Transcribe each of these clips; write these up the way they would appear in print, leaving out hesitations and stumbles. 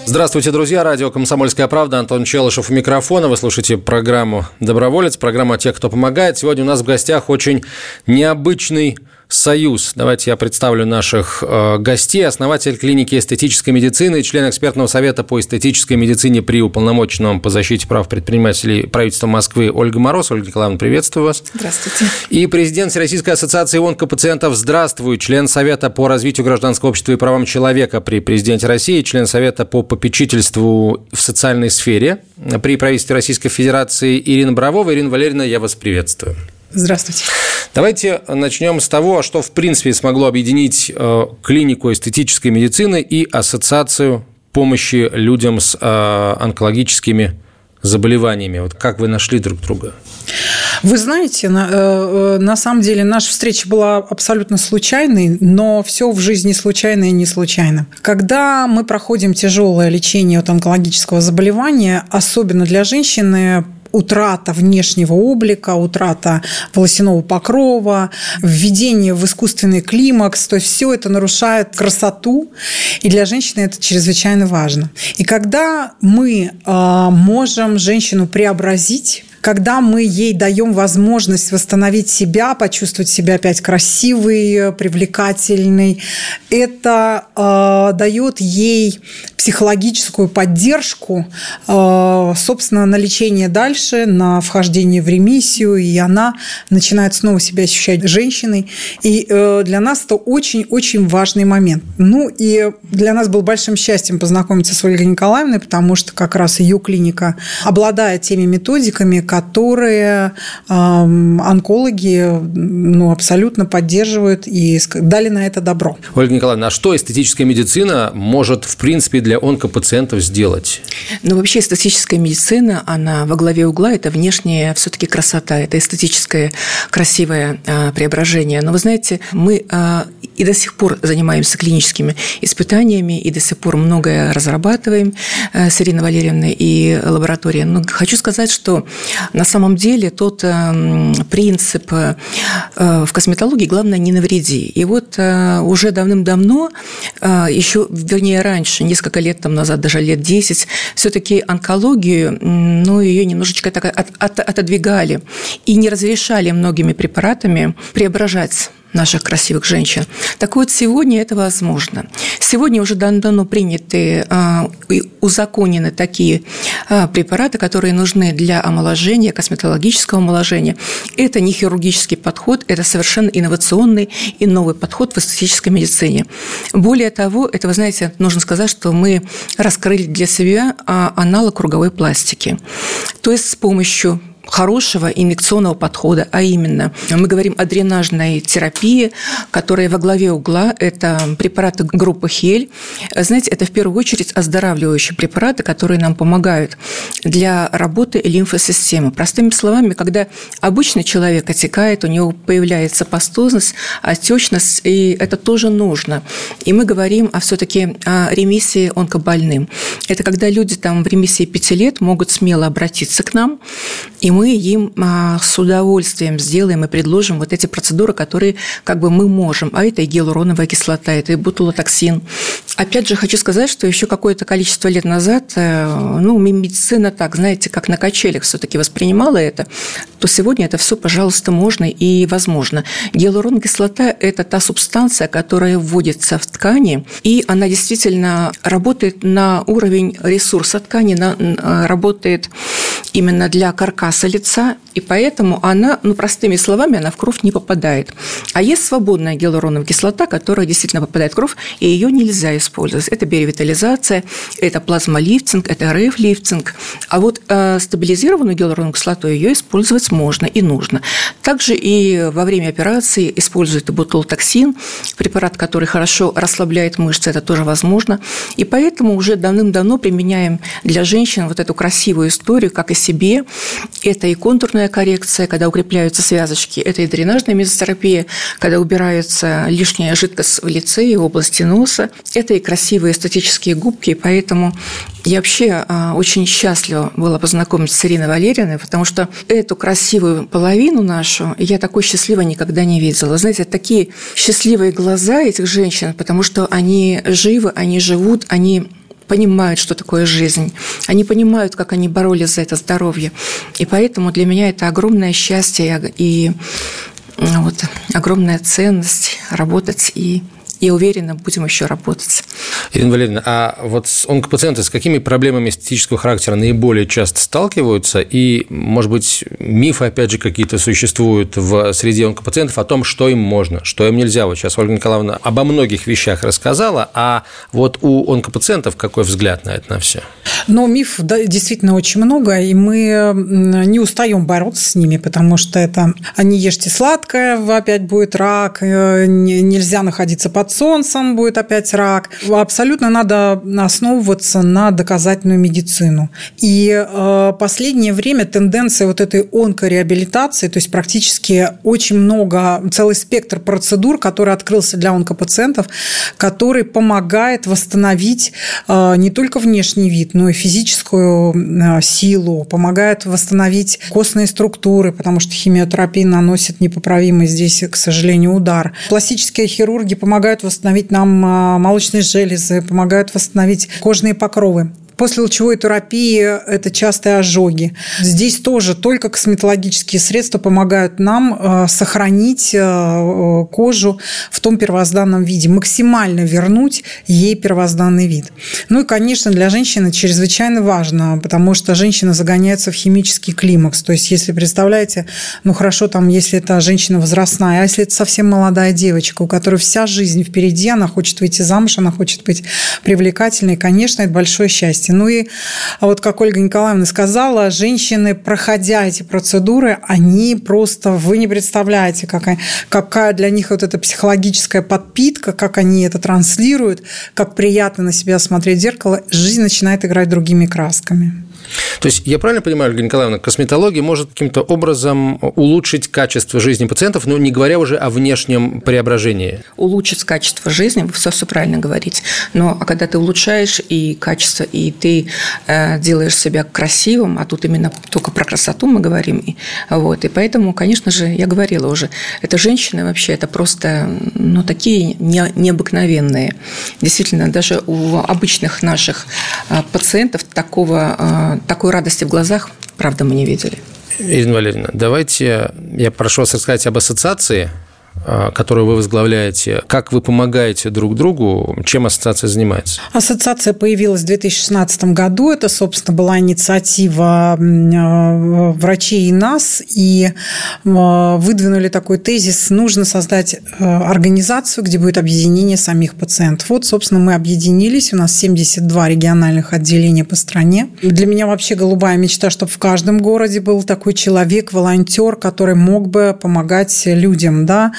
Здравствуйте, друзья. Радио «Комсомольская правда». Антон Челышев у микрофона. Вы слушаете программу «Доброволец», программу о тех, кто помогает. Сегодня у нас в гостях очень необычный союз. Давайте я представлю наших гостей. Основатель клиники эстетической медицины, член экспертного совета по эстетической медицине при уполномоченном по защите прав предпринимателей правительства Москвы Ольга Мороз. Ольга Николаевна, приветствую вас. Здравствуйте. И президент Всероссийской ассоциации онкопациентов «Здравствуй», член Совета по развитию гражданского общества и правам человека при президенте России, член Совета по попечительству в социальной сфере при правительстве Российской Федерации Ирина Боровова. Ирина Валерьевна, я вас приветствую. Здравствуйте. Давайте начнем с того, что, в принципе, смогло объединить клинику эстетической медицины и ассоциацию помощи людям с онкологическими заболеваниями. Вот как вы нашли друг друга? Вы знаете, на самом деле наша встреча была абсолютно случайной, но все в жизни случайно и не случайно. Когда мы проходим тяжелое лечение от онкологического заболевания, особенно для женщины, утрата внешнего облика, утрата волосяного покрова, введение в искусственный климакс, то есть все это нарушает красоту, и для женщины это чрезвычайно важно. И когда мы можем женщину преобразить, когда мы ей даем возможность восстановить себя, почувствовать себя опять красивой, привлекательной, это дает ей психологическую поддержку, собственно, на лечение дальше, на вхождение в ремиссию, и она начинает снова себя ощущать женщиной. И для нас это очень-очень важный момент. Ну, и для нас было большим счастьем познакомиться с Ольгой Николаевной, потому что как раз ее клиника обладает теми методиками, которые онкологи абсолютно поддерживают и дали на это добро. Ольга Николаевна, а что эстетическая медицина может, в принципе, для онкопациентов сделать? Вообще эстетическая медицина, она во главе угла, это внешняя все-таки красота, это эстетическое красивое преображение. Но вы знаете, мы и до сих пор занимаемся клиническими испытаниями, и до сих пор многое разрабатываем с Ириной Валерьевной и лабораторией. Но хочу сказать, что на самом деле тот принцип в косметологии «главное, не навреди». И вот уже давным-давно, еще, вернее, раньше, несколько лет назад, даже лет 10, все-таки онкологию, ее немножечко так отодвигали и не разрешали многими препаратами преображать наших красивых женщин. Так вот, сегодня это возможно. Сегодня уже давно приняты и узаконены такие препараты, которые нужны для омоложения, косметологического омоложения. Это не хирургический подход, это совершенно инновационный и новый подход в эстетической медицине. Более того, это, вы знаете, нужно сказать, что мы раскрыли для себя аналог круговой пластики. То есть с помощью хорошего инъекционного подхода, а именно мы говорим о дренажной терапии, которая во главе угла – это препараты группы Хель. Знаете, это в первую очередь оздоравливающие препараты, которые нам помогают для работы лимфосистемы. Простыми словами, когда обычный человек отекает, у него появляется пастозность, отечность, и это тоже нужно. И мы говорим все-таки о ремиссии онкобольным. Это когда люди в ремиссии 5 лет могут смело обратиться к нам, и мы им с удовольствием сделаем и предложим вот эти процедуры, которые мы можем. А это и гиалуроновая кислота, это и ботулотоксин. Опять же, хочу сказать, что еще какое-то количество лет назад медицина так, знаете, как на качелях все-таки воспринимала это, то сегодня это все, пожалуйста, можно и возможно. Гиалуроновая кислота – это та субстанция, которая вводится в ткани, и она действительно работает на уровень ресурса ткани, работает именно для каркаса лица, и поэтому она, простыми словами, она в кровь не попадает. А есть свободная гиалуроновая кислота, которая действительно попадает в кровь, и ее нельзя использовать. Это биоревитализация, это плазмолифтинг, это РФ-лифтинг. А вот стабилизированную гиалуроновую кислоту ее использовать можно и нужно. Также и во время операции используют ботулотоксин, препарат, который хорошо расслабляет мышцы, это тоже возможно. И поэтому уже давным-давно применяем для женщин вот эту красивую историю, как и себе. Это и контурная коррекция, когда укрепляются связочки, это и дренажная мезотерапия, когда убирается лишняя жидкость в лице и в области носа, это и красивые эстетические губки, поэтому я вообще очень счастлива была познакомиться с Ириной Валерьевной, потому что эту красивую половину нашу я такой счастливой никогда не видела. Знаете, такие счастливые глаза этих женщин, потому что они живы, они живут, они понимают, что такое жизнь, они понимают, как они боролись за это здоровье. И поэтому для меня это огромное счастье и вот огромная ценность работать, и я уверена, будем еще работать. Ирина Валерьевна, а вот онкопациенты с какими проблемами эстетического характера наиболее часто сталкиваются? И, может быть, мифы, опять же, какие-то существуют в среде онкопациентов о том, что им можно, что им нельзя? Вот сейчас Ольга Николаевна обо многих вещах рассказала, а вот у онкопациентов какой взгляд на это на все? Но мифов действительно очень много, и мы не устаем бороться с ними, потому что это «не ешьте сладкое, опять будет рак», «нельзя находиться под солнцем, будет опять рак». Абсолютно надо основываться на доказательную медицину. И последнее время тенденция вот этой онкореабилитации, то есть практически очень много, целый спектр процедур, который открылся для онкопациентов, который помогает восстановить не только внешний вид, но и физическую силу, помогает восстановить костные структуры, потому что химиотерапия наносит непоправимый здесь, к сожалению, удар. Пластические хирурги помогают восстановить нам молочные железы, помогают восстановить кожные покровы. После лучевой терапии это частые ожоги. Здесь тоже только косметологические средства помогают нам сохранить кожу в том первозданном виде, максимально вернуть ей первозданный вид. Ну и, конечно, для женщины чрезвычайно важно, потому что женщина загоняется в химический климакс. То есть, если представляете, ну хорошо, там, если это женщина возрастная, а если это совсем молодая девочка, у которой вся жизнь впереди, она хочет выйти замуж, она хочет быть привлекательной, конечно, это большое счастье. Ну и вот, как Ольга Николаевна сказала, женщины, проходя эти процедуры, они просто, вы не представляете, какая для них вот эта психологическая подпитка, как они это транслируют, как приятно на себя смотреть в зеркало, жизнь начинает играть другими красками. То есть, я правильно понимаю, Ольга Николаевна, косметология может каким-то образом улучшить качество жизни пациентов, но не говоря уже о внешнем преображении? Улучшить качество жизни, вы все правильно говорите. Но когда ты улучшаешь и качество, и ты делаешь себя красивым, а тут именно только про красоту мы говорим, и поэтому, конечно же, я говорила уже, это женщины вообще, это просто такие необыкновенные. Действительно, даже у обычных наших пациентов такой радости в глазах, правда, мы не видели. Ирина Валерьевна, давайте я прошу вас рассказать об ассоциации, которую вы возглавляете. Как вы помогаете друг другу? Чем ассоциация занимается? Ассоциация появилась в 2016 году. Это, собственно, была инициатива врачей и нас. И выдвинули такой тезис: нужно создать организацию, где будет объединение самих пациентов. Вот, собственно, мы объединились. У нас 72 региональных отделения по стране. Для меня вообще голубая мечта, чтобы в каждом городе был такой человек, волонтер, который мог бы помогать людям, да.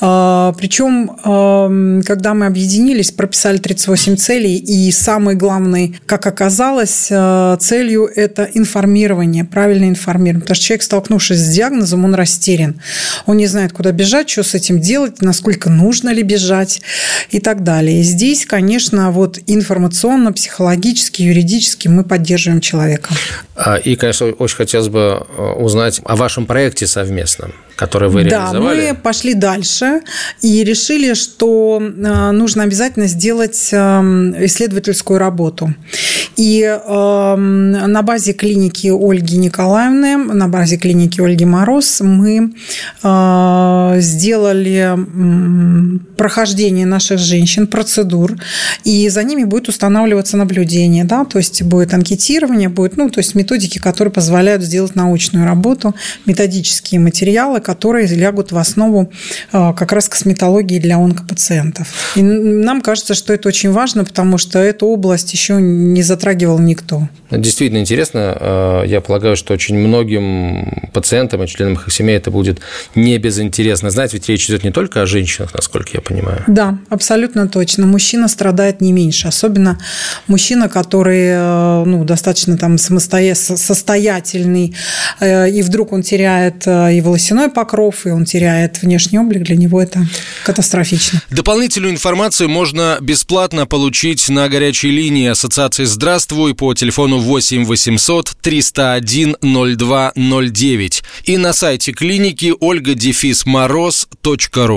Причем, когда мы объединились, прописали 38 целей, и самой главной, как оказалось, целью – это информирование, правильное информирование. Потому что человек, столкнувшись с диагнозом, он растерян. Он не знает, куда бежать, что с этим делать, насколько нужно ли бежать и так далее. И здесь, конечно, информационно, психологически, юридически мы поддерживаем человека. И, конечно, очень хотелось бы узнать о вашем проекте совместном, который вы реализовали. Да, мы пошли дальше и решили, что нужно обязательно сделать исследовательскую работу. И на базе клиники Ольги Николаевны, на базе клиники Ольги Мороз мы сделали прохождение наших женщин, процедур, и за ними будет устанавливаться наблюдение, да, то есть будет анкетирование, будет, то есть методики, которые позволяют сделать научную работу, методические материалы, которые лягут в основу как раз косметологии для онкопациентов. И нам кажется, что это очень важно, потому что эту область еще не затрагивал никто. Действительно интересно. Я полагаю, что очень многим пациентам и членам их семей это будет не безинтересно. Знаете, ведь речь идет не только о женщинах, насколько я понимаю. Да, абсолютно точно. Мужчина страдает не меньше. Особенно мужчина, который достаточно состоятельный, и вдруг он теряет и волосяной покров, и он теряет внешний облик. Для него это катастрофично. Дополнительную информацию можно бесплатно получить на горячей линии Ассоциации «Здравствуй» по телефону 8 800 301 0209 и на сайте клиники olga-moroz.ru.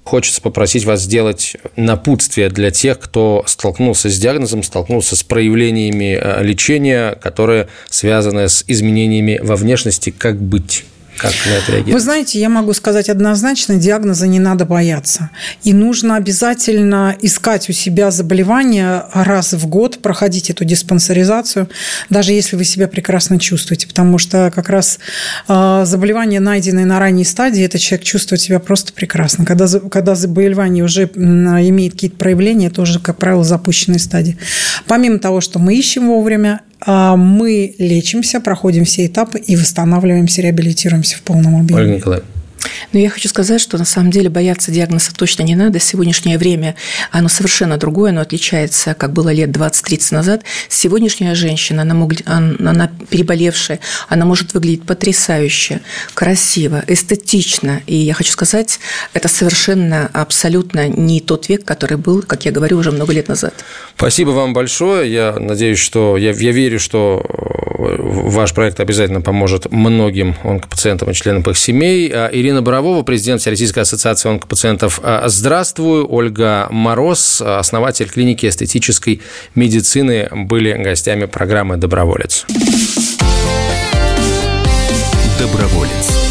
Хочется попросить вас сделать напутствие для тех, кто столкнулся с диагнозом, столкнулся с проявлениями лечения, которые связаны с изменениями во внешности. Как быть? Как на это реагировать? Вы знаете, я могу сказать однозначно, диагноза не надо бояться. И нужно обязательно искать у себя заболевание раз в год, проходить эту диспансеризацию, даже если вы себя прекрасно чувствуете. Потому что как раз заболевание, найденное на ранней стадии, этот человек чувствует себя просто прекрасно. Когда заболевание уже имеет какие-то проявления, это уже, как правило, запущенная стадия. Помимо того, что мы ищем вовремя, мы лечимся, проходим все этапы и восстанавливаемся, реабилитируемся в полном объеме. Ольга Николаевна. Но я хочу сказать, что на самом деле бояться диагноза точно не надо. Сегодняшнее время, оно совершенно другое, оно отличается, как было лет 20-30 назад. Сегодняшняя женщина, она переболевшая, она может выглядеть потрясающе, красиво, эстетично. И я хочу сказать, это совершенно, абсолютно не тот век, который был, как я говорю, уже много лет назад. Спасибо вам большое. Я надеюсь, что... Я верю, что ваш проект обязательно поможет многим онкопациентам и членам их семей. Ирина Боровова, президент Всероссийской ассоциации онкопациентов. Здравствуй. Ольга Мороз, основатель клиники эстетической медицины, были гостями программы «Доброволец». Доброволец.